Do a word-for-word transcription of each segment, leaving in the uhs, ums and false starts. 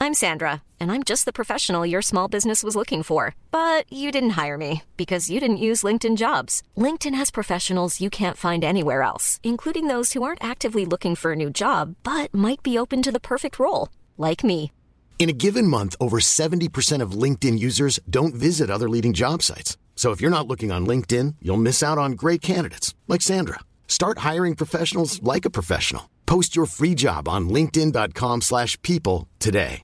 I'm Sandra, and I'm just the professional your small business was looking for. But you didn't hire me because you didn't use LinkedIn Jobs. LinkedIn has professionals you can't find anywhere else, including those who aren't actively looking for a new job, but might be open to the perfect role, like me. In a given month, over seventy percent of LinkedIn users don't visit other leading job sites. So if you're not looking on LinkedIn, you'll miss out on great candidates like Sandra. Start hiring professionals like a professional. Post your free job on linkedin dot com slash people today.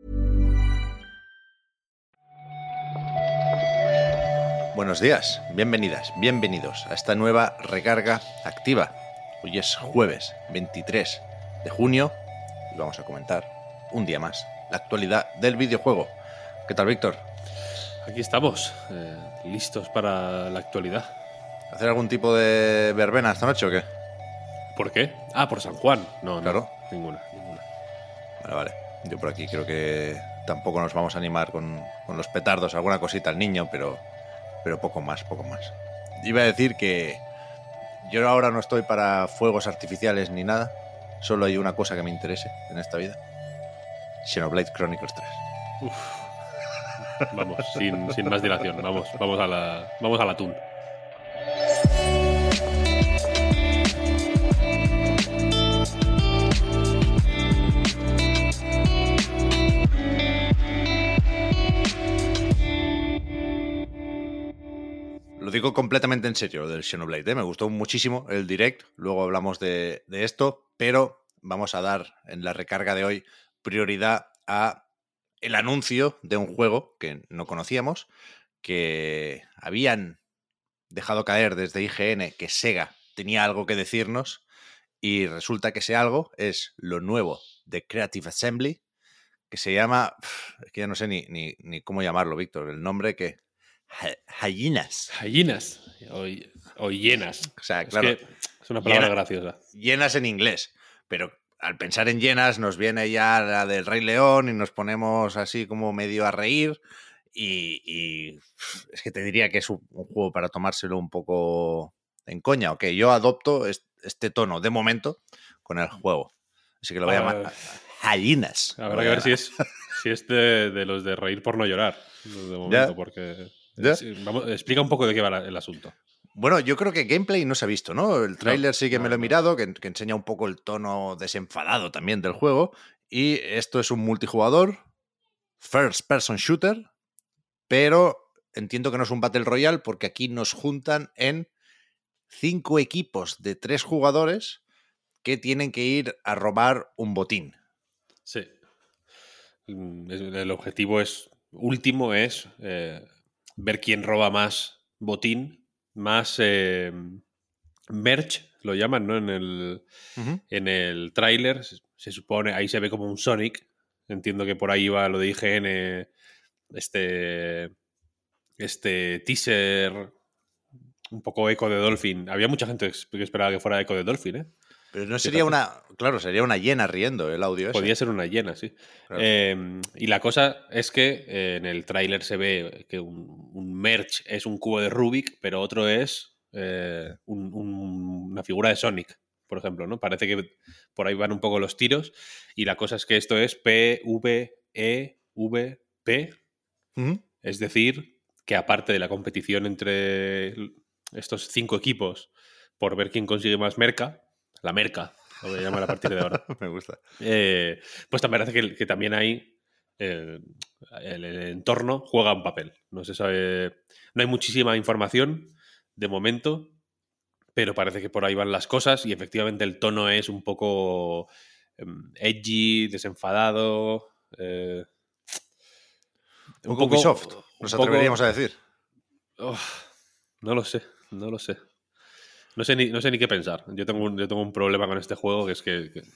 Buenos días, bienvenidas, bienvenidos a esta nueva recarga activa. Hoy es jueves veintitrés de junio y vamos a comentar un día más la actualidad del videojuego. ¿Qué tal, Víctor? Aquí estamos, eh, listos para la actualidad. ¿Hacer algún tipo de verbena esta noche o qué? ¿Por qué? Ah, por San Juan. No, Claro. no, ninguna, ninguna. Vale, vale. Yo por aquí creo que tampoco nos vamos a animar con, con los petardos, alguna cosita al niño, pero, pero poco más, poco más. Iba a decir que yo ahora no estoy para fuegos artificiales ni nada. Solo hay una cosa que me interese en esta vida. Xenoblade Chronicles tres. Uf. Vamos, sin, sin más dilación. Vamos, vamos, a la, vamos al atún. Lo digo completamente en serio, lo del Xenoblade, ¿eh? Me gustó muchísimo el direct, luego hablamos de, de esto, pero vamos a dar en la recarga de hoy prioridad a el anuncio de un juego que no conocíamos, que habían dejado caer desde I G N que Sega tenía algo que decirnos y resulta que ese algo es lo nuevo de Creative Assembly, que se llama, es que ya no sé ni, ni, ni cómo llamarlo, Víctor, el nombre que... Hyenas. Hyenas o, o hienas. O sea, es claro. que es una palabra Hiena, graciosa. Hienas en inglés, pero al pensar en hienas nos viene ya la del Rey León y nos ponemos así como medio a reír y, y es que te diría que es un, un juego para tomárselo un poco en coña. Ok, yo adopto este tono de momento con el juego. Así que lo voy a llamar Hyenas. Habrá que ver si es, si es de, de los de reír por no llorar de momento, ¿Ya? porque... ¿Ya? Sí, vamos, explica un poco de qué va la, el asunto. Bueno, yo creo que gameplay no se ha visto, ¿no? El tráiler No, sí que no, me lo he no. mirado, que, que enseña un poco el tono desenfadado también del juego. Y esto es un multijugador, first person shooter, pero entiendo que no es un Battle Royale porque aquí nos juntan en cinco equipos de tres jugadores que tienen que ir a robar un botín. Sí. El objetivo es último es eh, ver quién roba más botín, más eh, merch, lo llaman, ¿no? En el, Uh-huh. en el tráiler se, se supone, ahí se ve como un Sonic. Entiendo que por ahí va lo de I G N, este, este teaser, un poco eco de Dolphin. Había mucha gente que esperaba que fuera eco de Dolphin, ¿eh? Pero no sería una... Claro, sería una hiena riendo el audio ese. Podría ser una hiena, sí. Claro. Eh, y la cosa es que eh, en el tráiler se ve que un, un merch es un cubo de Rubik, pero otro es eh, un, un, una figura de Sonic, por ejemplo, ¿no? Parece que por ahí van un poco los tiros. Y la cosa es que esto es P V E V P. Uh-huh. Es decir, que aparte de la competición entre estos cinco equipos por ver quién consigue más merca, la merca, lo voy a llamar a partir de ahora. Me gusta. Eh, pues también parece que, que también hay eh, el, el entorno juega un papel. No se sabe, no hay muchísima información de momento, pero parece que por ahí van las cosas y efectivamente el tono es un poco eh, edgy, desenfadado. Eh, un, un poco Ubisoft, nos un atreveríamos poco, a decir. Oh, no lo sé, no lo sé. No sé, ni, no sé ni qué pensar. Yo tengo un, yo tengo un problema con este juego que es que... que,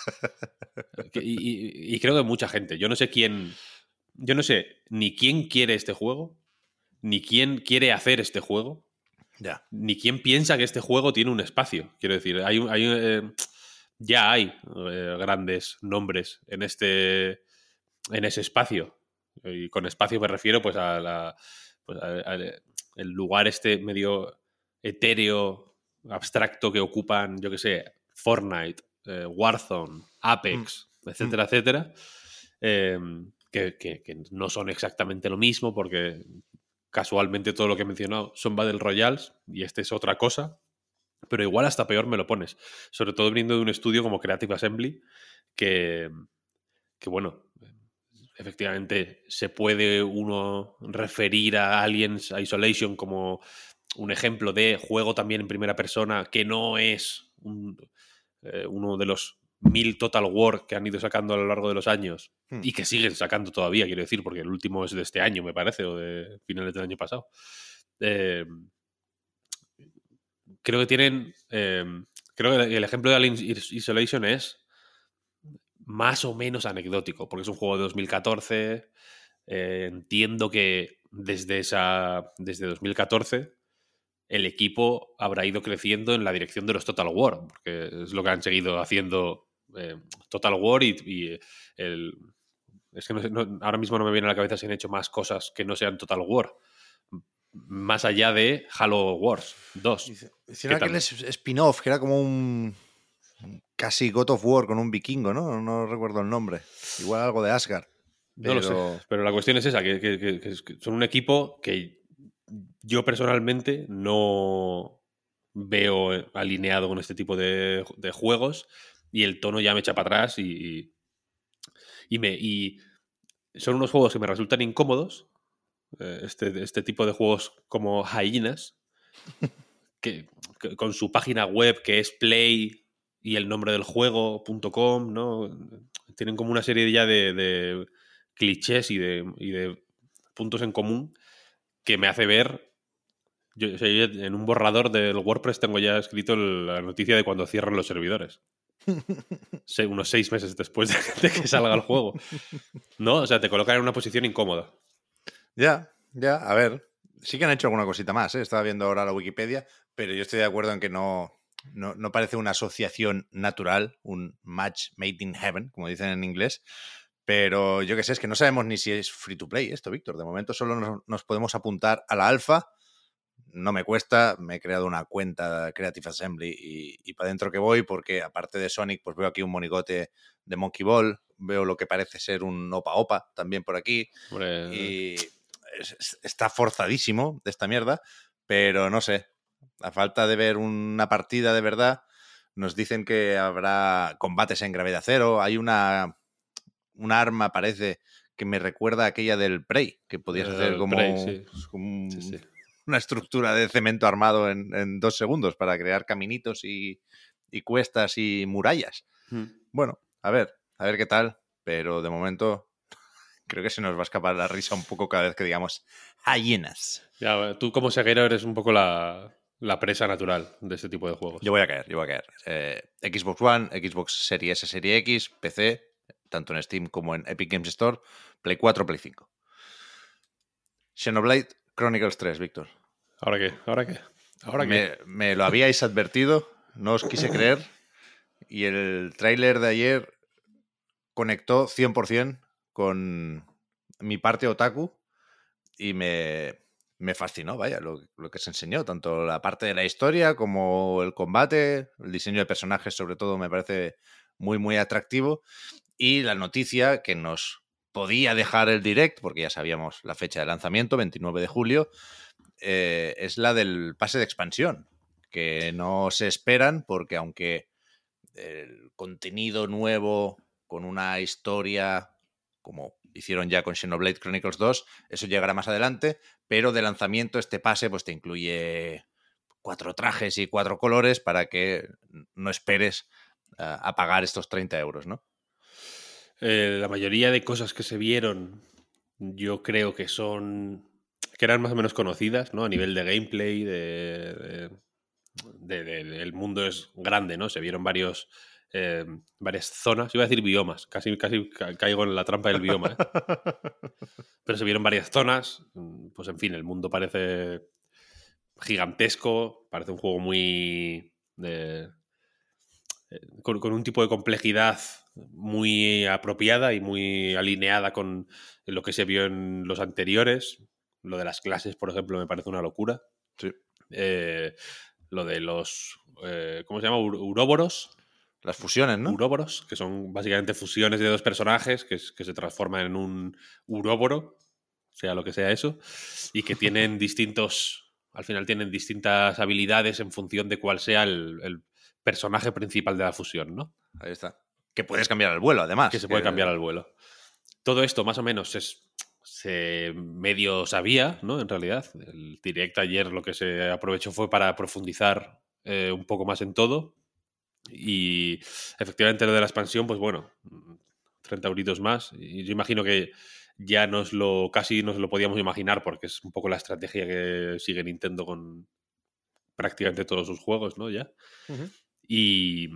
que y, y, y creo que mucha gente. Yo no sé quién... Yo no sé ni quién quiere este juego, ni quién quiere hacer este juego, ya. ni quién piensa que este juego tiene un espacio. Quiero decir, hay, hay eh, ya hay eh, grandes nombres en este en ese espacio. Y con espacio me refiero pues a la pues a, a, el lugar este medio etéreo, abstracto que ocupan, yo que sé, Fortnite, eh, Warzone, Apex, mm. etcétera, mm. etcétera. eh, que, que, que no son exactamente lo mismo, porque casualmente todo lo que he mencionado son Battle Royales y este es otra cosa, pero igual hasta peor me lo pones, sobre todo viniendo de un estudio como Creative Assembly, que, que bueno, efectivamente se puede uno referir a Aliens Isolation como un ejemplo de juego también en primera persona que no es un, eh, uno de los mil Total War que han ido sacando a lo largo de los años hmm. y que siguen sacando todavía, quiero decir, porque el último es de este año, me parece, o de finales del año pasado. Eh, creo que tienen... Eh, creo que el ejemplo de Aliens Isolation es más o menos anecdótico, porque es un juego de dos mil catorce. Eh, entiendo que desde, esa, desde dos mil catorce el equipo habrá ido creciendo en la dirección de los Total War, porque es lo que han seguido haciendo eh, Total War y, y el... Es que no sé, no, ahora mismo no me viene a la cabeza si han hecho más cosas que no sean Total War. Más allá de Halo Wars dos. Hicieron aquel spin-off que era como un casi God of War con un vikingo, ¿no? No recuerdo el nombre. Igual algo de Asgard. Pero... No lo sé. Pero la cuestión es esa, que, que, que, que son un equipo que yo personalmente no veo alineado con este tipo de, de juegos y el tono ya me echa para atrás y, y, me, y son unos juegos que me resultan incómodos. Este, este tipo de juegos como Hyenas, que, que con su página web que es play y el nombre del juego punto com, ¿no? Tienen como una serie ya de, de clichés y de, y de puntos en común que me hace ver. Yo, o sea, yo en un borrador del WordPress tengo ya escrito la noticia de cuando cierran los servidores. Sí, unos seis meses después de, de que salga el juego. ¿No? O sea, te colocan en una posición incómoda. Ya, ya, a ver. Sí que han hecho alguna cosita más, ¿eh? Estaba viendo ahora la Wikipedia, pero yo estoy de acuerdo en que no, no, no parece una asociación natural, un match made in heaven, como dicen en inglés. Pero yo qué sé, es que no sabemos ni si es free to play esto, Víctor. De momento solo nos, nos podemos apuntar a la alfa. No me cuesta, me he creado una cuenta Creative Assembly y, y para adentro que voy, porque aparte de Sonic, pues veo aquí un monigote de Monkey Ball, veo lo que parece ser un Opa Opa también por aquí. Hombre. Y es, está forzadísimo de esta mierda, pero no sé, a falta de ver una partida de verdad, nos dicen que habrá combates en gravedad cero, hay una, una arma, parece, que me recuerda a aquella del Prey, que podías hacer como, Prey, sí. como un... sí, sí. una estructura de cemento armado en, en dos segundos para crear caminitos y, y cuestas y murallas. Mm. Bueno, a ver, a ver qué tal, pero de momento creo que se nos va a escapar la risa un poco cada vez que digamos hyenas. Ya, tú como seguero eres un poco la, la presa natural de este tipo de juegos. Yo voy a caer, yo voy a caer. Eh, Xbox One, Xbox Series S, Series X, P C, tanto en Steam como en Epic Games Store, Play cuatro, Play cinco. Xenoblade Chronicles tres, Víctor. ¿Ahora qué? ¿Ahora qué? ¿Ahora me, qué? Me lo habíais advertido, no os quise creer, y el tráiler de ayer conectó cien por ciento con mi parte otaku y me, me fascinó, vaya, lo, lo que se enseñó, tanto la parte de la historia como el combate, el diseño de personajes sobre todo me parece muy, muy atractivo, y la noticia que nos podía dejar el direct, porque ya sabíamos la fecha de lanzamiento, veintinueve de julio, eh, es la del pase de expansión, que no se esperan porque aunque el contenido nuevo con una historia como hicieron ya con Xenoblade Chronicles dos, eso llegará más adelante, pero de lanzamiento este pase pues te incluye cuatro trajes y cuatro colores para que no esperes uh, a pagar estos treinta euros, ¿no? Eh, la mayoría de cosas que se vieron yo creo que son que eran más o menos conocidas, ¿no? A nivel de gameplay, de, de, de, de, de el mundo es grande, ¿no? Se vieron varios eh, varias zonas, iba a decir biomas, casi, casi caigo en la trampa del bioma, ¿eh? Pero se vieron varias zonas, pues en fin, el mundo parece gigantesco, parece un juego muy de, con, con un tipo de complejidad muy apropiada y muy alineada con lo que se vio en los anteriores. Lo de las clases, por ejemplo, me parece una locura. Sí. Eh, lo de los... Eh, ¿Cómo se llama? Uroboros. Las fusiones, ¿no? Uroboros, que son básicamente fusiones de dos personajes que, que se transforman en un uróboro, sea lo que sea eso, y que tienen distintos, al final tienen distintas habilidades en función de cuál sea el, el personaje principal de la fusión, ¿no? Ahí está. Que puedes cambiar al vuelo, además. Que se puede que... cambiar al vuelo. Todo esto más o menos es, se medio sabía, ¿no? En realidad, el Direct ayer lo que se aprovechó fue para profundizar eh, un poco más en todo. Y efectivamente lo de la expansión, pues bueno, treinta euritos más. Y yo imagino que ya nos lo casi nos lo podíamos imaginar porque es un poco la estrategia que sigue Nintendo con prácticamente todos sus juegos, ¿no? Ya. Uh-huh. Y,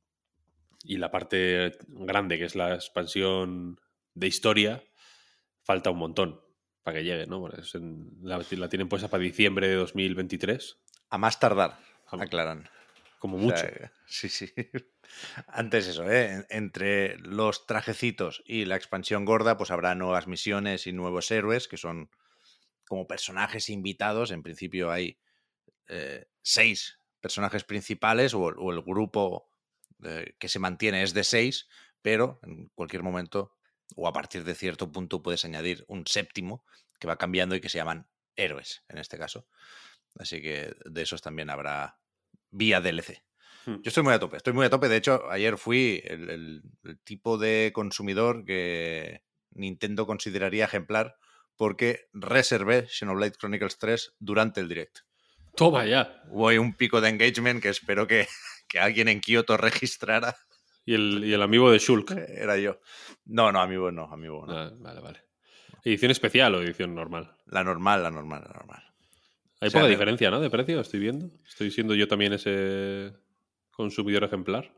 y la parte grande, que es la expansión de historia, falta un montón para que llegue, ¿no? Bueno, es en, la, la tienen puesta para diciembre de dos mil veintitrés. A más tardar, aclaran. Como mucho. O sea, sí, sí. Antes eso, ¿eh? Entre los trajecitos y la expansión gorda, pues habrá nuevas misiones y nuevos héroes que son como personajes invitados. En principio hay eh, seis personajes principales o, o el grupo eh, que se mantiene es de seis, pero en cualquier momento o a partir de cierto punto puedes añadir un séptimo que va cambiando y que se llaman héroes en este caso. Así que de esos también habrá vía D L C. Yo estoy muy a tope, estoy muy a tope. De hecho, ayer fui el, el, el tipo de consumidor que Nintendo consideraría ejemplar porque reservé Xenoblade Chronicles tres durante el Direct. Toma ya. Hubo un pico de engagement que espero que, que alguien en Kioto registrara. ¿Y el, y el amigo de Shulk? Era yo. No, no, amigo no, amigo no. Ah, vale, vale. ¿Edición especial o edición normal? La normal, la normal, la normal. Hay o sea, poca me... diferencia, ¿no? De precio, estoy viendo. Estoy siendo yo también ese consumidor ejemplar.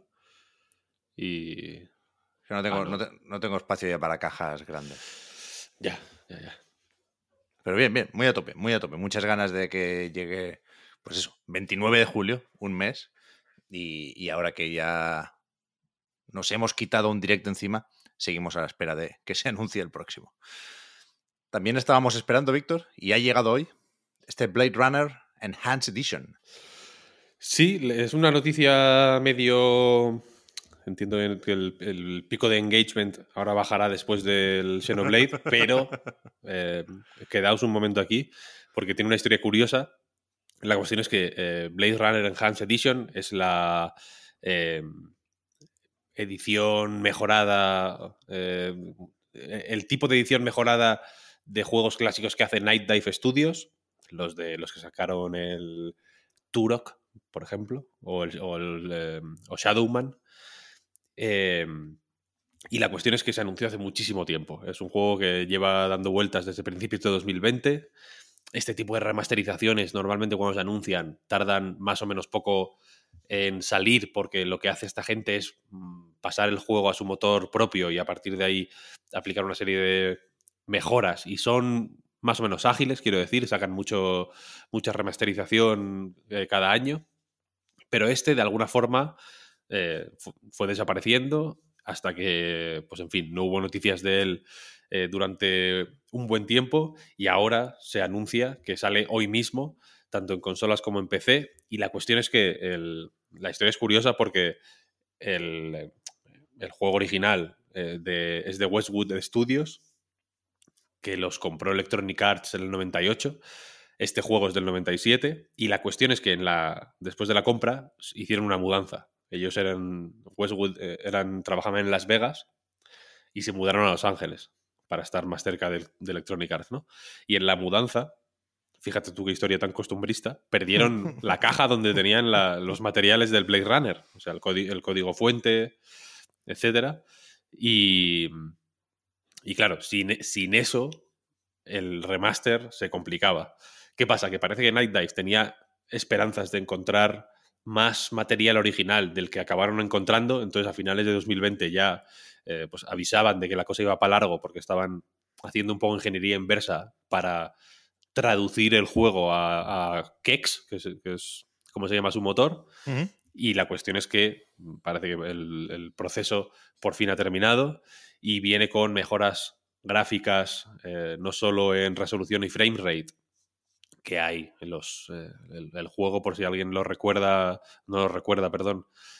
Y... No tengo, ah, no. No, te, no tengo espacio ya para cajas grandes. Ya, ya, ya. Pero bien, bien, muy a tope, muy a tope. Muchas ganas de que llegue, pues eso, veintinueve de julio, un mes. Y, y ahora que ya nos hemos quitado un directo encima, seguimos a la espera de que se anuncie el próximo. También estábamos esperando, Víctor, y ha llegado hoy este Blade Runner Enhanced Edition. Sí, es una noticia medio... Entiendo que el, el pico de engagement ahora bajará después del Xenoblade, pero eh, quedaos un momento aquí porque tiene una historia curiosa. La cuestión es que eh, Blade Runner Enhanced Edition es la eh, edición mejorada, eh, el tipo de edición mejorada de juegos clásicos que hace Night Dive Studios, los de los que sacaron el Turok, por ejemplo, o, el, o, el, eh, o Shadowman. Eh, y la cuestión es que se anunció hace muchísimo tiempo. Es un juego que lleva dando vueltas desde principios de dos mil veinte. Este tipo de remasterizaciones normalmente cuando se anuncian tardan más o menos poco en salir porque lo que hace esta gente es pasar el juego a su motor propio y a partir de ahí aplicar una serie de mejoras y son más o menos ágiles, quiero decir, sacan mucho, mucha remasterización eh, cada año, pero este de alguna forma eh, fue desapareciendo hasta que, pues en fin, no hubo noticias de él eh, durante un buen tiempo y ahora se anuncia que sale hoy mismo, tanto en consolas como en P C, y la cuestión es que el, la historia es curiosa porque el, el juego original eh, de, es de Westwood Studios, que los compró Electronic Arts en el noventa y ocho. Este juego es del noventa y siete y la cuestión es que en la, después de la compra hicieron una mudanza. Ellos eran, Westwood eh, eran, trabajaban en Las Vegas y se mudaron a Los Ángeles para estar más cerca de, de Electronic Arts, ¿no? Y en la mudanza, fíjate tú qué historia tan costumbrista, perdieron la caja donde tenían la, los materiales del Blade Runner, o sea, el, código, el código fuente, etcétera. Y, y claro, sin, sin eso, el remaster se complicaba. ¿Qué pasa? Que parece que Night Dive tenía esperanzas de encontrar más material original del que acabaron encontrando, entonces a finales de dos mil veinte ya eh, pues avisaban de que la cosa iba para largo porque estaban haciendo un poco de ingeniería inversa para traducir el juego a, a Kex, que es, que es como se llama su motor, uh-huh. Y la cuestión es que parece que el, el proceso por fin ha terminado y viene con mejoras gráficas, eh, no solo en resolución y frame rate, que hay en los eh, el, el juego, por si alguien lo recuerda, no lo recuerda, perdón,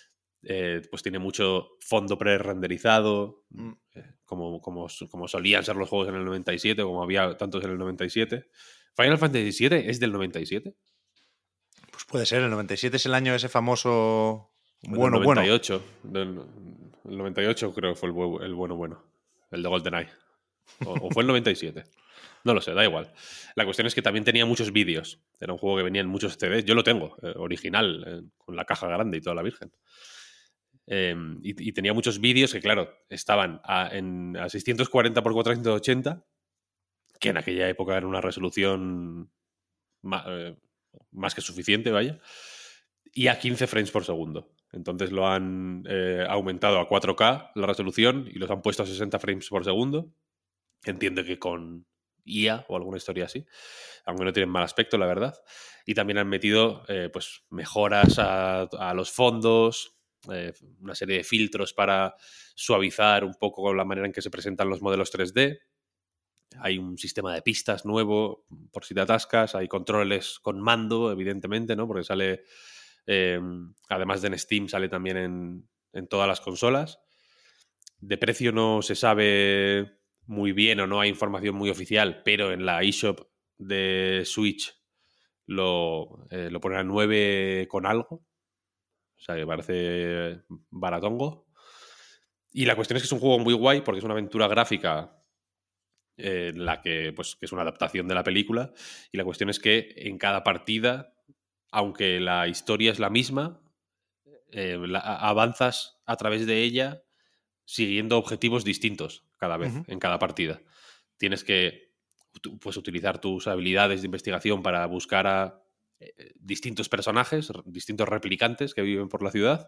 eh, pues tiene mucho fondo pre-renderizado, Mm. eh, como, como, como solían ser los juegos en el noventa y siete, como había tantos en el noventa y siete. ¿Final Fantasy siete es del noventa y siete? Pues puede ser, el noventa y siete es el año ese famoso bueno, del bueno. noventa y ocho, del, el noventa y ocho creo que fue el, bu- el bueno, bueno. El de GoldenEye. O, o fue el noventa y siete. No lo sé, da igual. La cuestión es que también tenía muchos vídeos. Era un juego que venía en muchos C Ds. Yo lo tengo, eh, original, eh, con la caja grande y toda la virgen. Eh, y, y tenía muchos vídeos que, claro, estaban a, en, a seiscientos cuarenta por cuatrocientos ochenta, que en aquella época era una resolución ma- eh, más que suficiente, vaya, y a quince frames por segundo. Entonces lo han eh, aumentado a cuatro K la resolución y los han puesto a sesenta frames por segundo. Entiendo que con I A o alguna historia así, aunque no tienen mal aspecto, la verdad. Y también han metido eh, pues mejoras a, a los fondos, eh, una serie de filtros para suavizar un poco la manera en que se presentan los modelos tres D. Hay un sistema de pistas nuevo, por si te atascas. Hay controles con mando, evidentemente, ¿no? Porque sale, eh, además de en Steam, sale también en, en todas las consolas. De precio no se sabe muy bien o no hay información muy oficial, pero en la eShop de Switch lo, eh, lo ponen a nueve con algo. O sea, que parece baratongo. Y la cuestión es que es un juego muy guay porque es una aventura gráfica eh, en la que, pues, que es una adaptación de la película. Y la cuestión es que en cada partida, aunque la historia es la misma, eh, la, avanzas a través de ella siguiendo objetivos distintos cada vez, Uh-huh. en cada partida. Tienes que pues, utilizar tus habilidades de investigación para buscar a eh, distintos personajes, distintos replicantes que viven por la ciudad.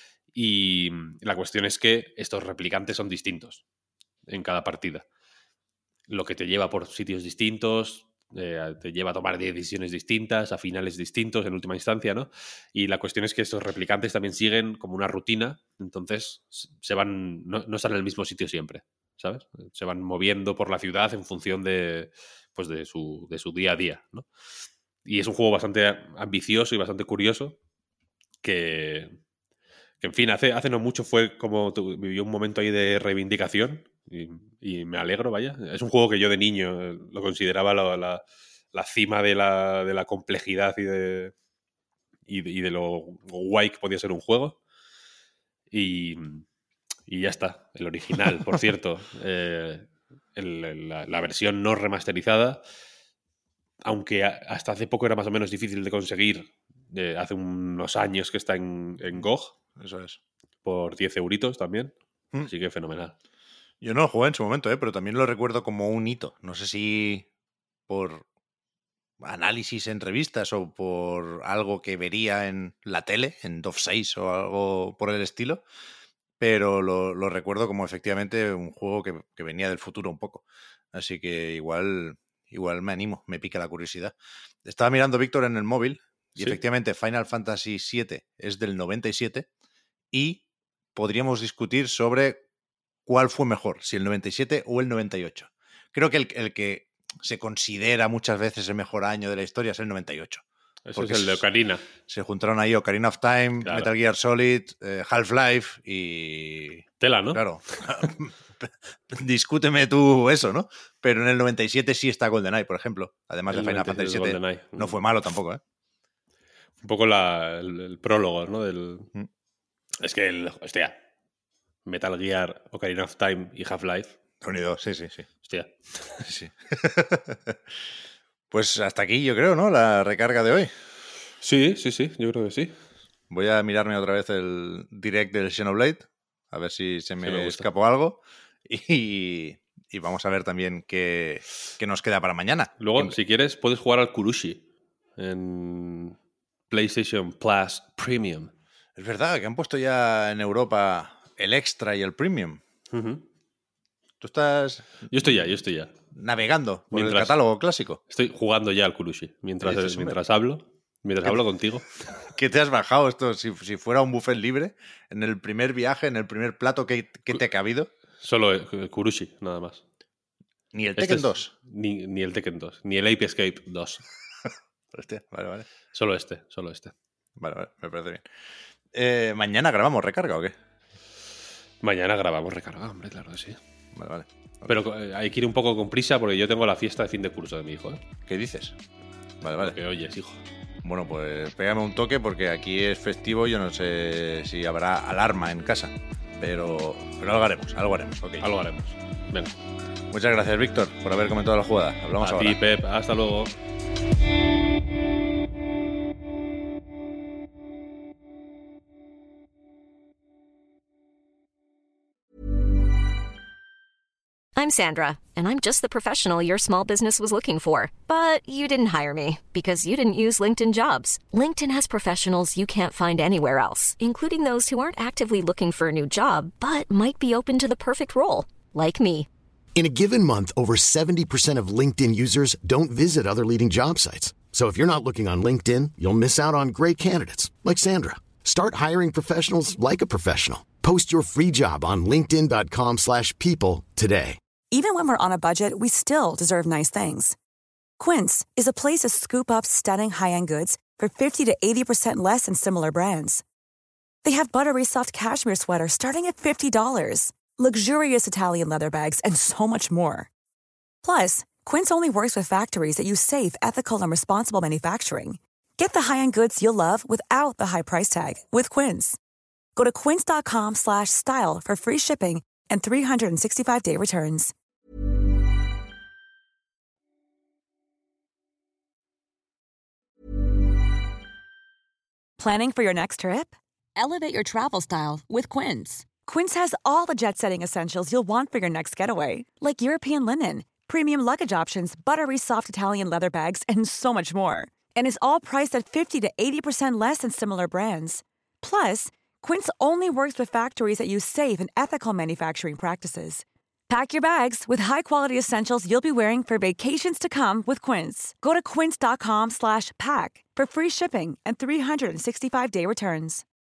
Y la cuestión es que estos replicantes son distintos en cada partida. Lo que te lleva por sitios distintos, eh, te lleva a tomar decisiones distintas, a finales distintos en última instancia, ¿no? Y la cuestión es que estos replicantes también siguen como una rutina, entonces se van, no, no están en el mismo sitio siempre, ¿sabes? Se van moviendo por la ciudad en función de, pues de, su, de su día a día, ¿no? Y es un juego bastante ambicioso y bastante curioso que, que en fin, hace, hace no mucho fue como tu, vivió un momento ahí de reivindicación y, y me alegro, vaya. Es un juego que yo de niño eh, lo consideraba la, la, la cima de la, de la complejidad y de, y, de, y de lo guay que podía ser un juego. Y, y ya está, el original, por cierto. Eh, el, la, la versión no remasterizada, aunque hasta hace poco era más o menos difícil de conseguir, eh, hace unos años que está en, en G O G. Eso es. Por diez euritos también. Mm. Así que fenomenal. Yo no lo jugué en su momento, ¿eh? Pero también lo recuerdo como un hito. No sé si por análisis en revistas o por algo que vería en la tele, en Dove seis o algo por el estilo, pero lo, lo recuerdo como efectivamente un juego que, que venía del futuro un poco. Así que igual, igual me animo, me pica la curiosidad. Estaba mirando, Víctor, en el móvil y ¿Sí? efectivamente Final Fantasy siete es del noventa y siete y podríamos discutir sobre cuál fue mejor, si el noventa y siete o el noventa y ocho. Creo que el, el que se considera muchas veces el mejor año de la historia es el noventa y ocho. Ese Porque es el de Ocarina. Se juntaron ahí Ocarina of Time, Claro. Metal Gear Solid, eh, Half-Life y... Tela, ¿no? Claro. Discúteme tú eso, ¿no? Pero en el noventa y siete sí está GoldenEye, por ejemplo. Además El de Final Fantasy siete. GoldenEye. No fue malo tampoco, ¿eh? Un poco la, el, el prólogo, ¿no? Del... Mm. Es que, el, hostia, Metal Gear, Ocarina of Time y Half-Life. Unido, sí, sí, sí. Hostia. Sí. Pues hasta aquí, yo creo, ¿no? La recarga de hoy. Sí, sí, sí, yo creo que sí. Voy a mirarme otra vez el direct del Xenoblade, a ver si se me, Sí, me escapó algo. Y, y vamos a ver también qué, qué nos queda para mañana. Luego, ¿Qué... si quieres, puedes jugar al Kurushi en PlayStation Plus Premium. Es verdad que han puesto ya en Europa el Extra y el Premium. Uh-huh. Tú estás... Yo estoy ya, yo estoy ya. Navegando por Mientras... el catálogo clásico. Estoy jugando ya al Kurushi mientras, Dices, mientras hablo. Mientras hablo contigo. ¿Qué te has bajado esto? Si, si fuera un buffet libre, en el primer viaje, en el primer plato que, que te ha cabido. Solo el Kurushi, nada más. Ni el Tekken este dos. Es, ni, ni el Tekken dos. Ni el Ape Escape dos. Hostia, vale, vale. Solo este, solo este. Vale, vale, me parece bien. Eh, ¿Mañana grabamos recarga o qué? Mañana grabamos recarga, hombre, claro que sí. Vale, vale. Okay. Pero eh, hay que ir un poco con prisa porque yo tengo la fiesta de fin de curso de mi hijo, ¿eh? ¿Qué dices? Vale, vale. Que oyes, hijo. Bueno, pues pégame un toque porque aquí es festivo. Yo no sé si habrá alarma en casa. Pero, pero algo haremos, algo haremos. Okay. Algo haremos. Venga. Muchas gracias, Víctor, por haber comentado la jugada. Hablamos a ahora. A ti, Pep. Hasta luego. I'm Sandra, and I'm just the professional your small business was looking for. But you didn't hire me because you didn't use LinkedIn Jobs. LinkedIn has professionals you can't find anywhere else, including those who aren't actively looking for a new job, but might be open to the perfect role, like me. In a given month, over seventy percent of LinkedIn users don't visit other leading job sites. So if you're not looking on LinkedIn, you'll miss out on great candidates like Sandra. Start hiring professionals like a professional. Post your free job on linkedin dot com slash people today. Even when we're on a budget, we still deserve nice things. Quince is a place to scoop up stunning high-end goods for fifty to eighty percent less than similar brands. They have buttery soft cashmere sweaters starting at fifty dollars, luxurious Italian leather bags, and so much more. Plus, Quince only works with factories that use safe, ethical, and responsible manufacturing. Get the high-end goods you'll love without the high price tag with Quince. Go to quince dot com slash style for free shipping and three sixty-five day returns. Planning for your next trip? Elevate your travel style with Quince. Quince has all the jet-setting essentials you'll want for your next getaway, like European linen, premium luggage options, buttery soft Italian leather bags, and so much more. And is all priced at fifty to eighty percent less than similar brands. Plus, Quince only works with factories that use safe and ethical manufacturing practices. Pack your bags with high-quality essentials you'll be wearing for vacations to come with Quince. Go to quince dot com slash pack for free shipping and three sixty-five day returns.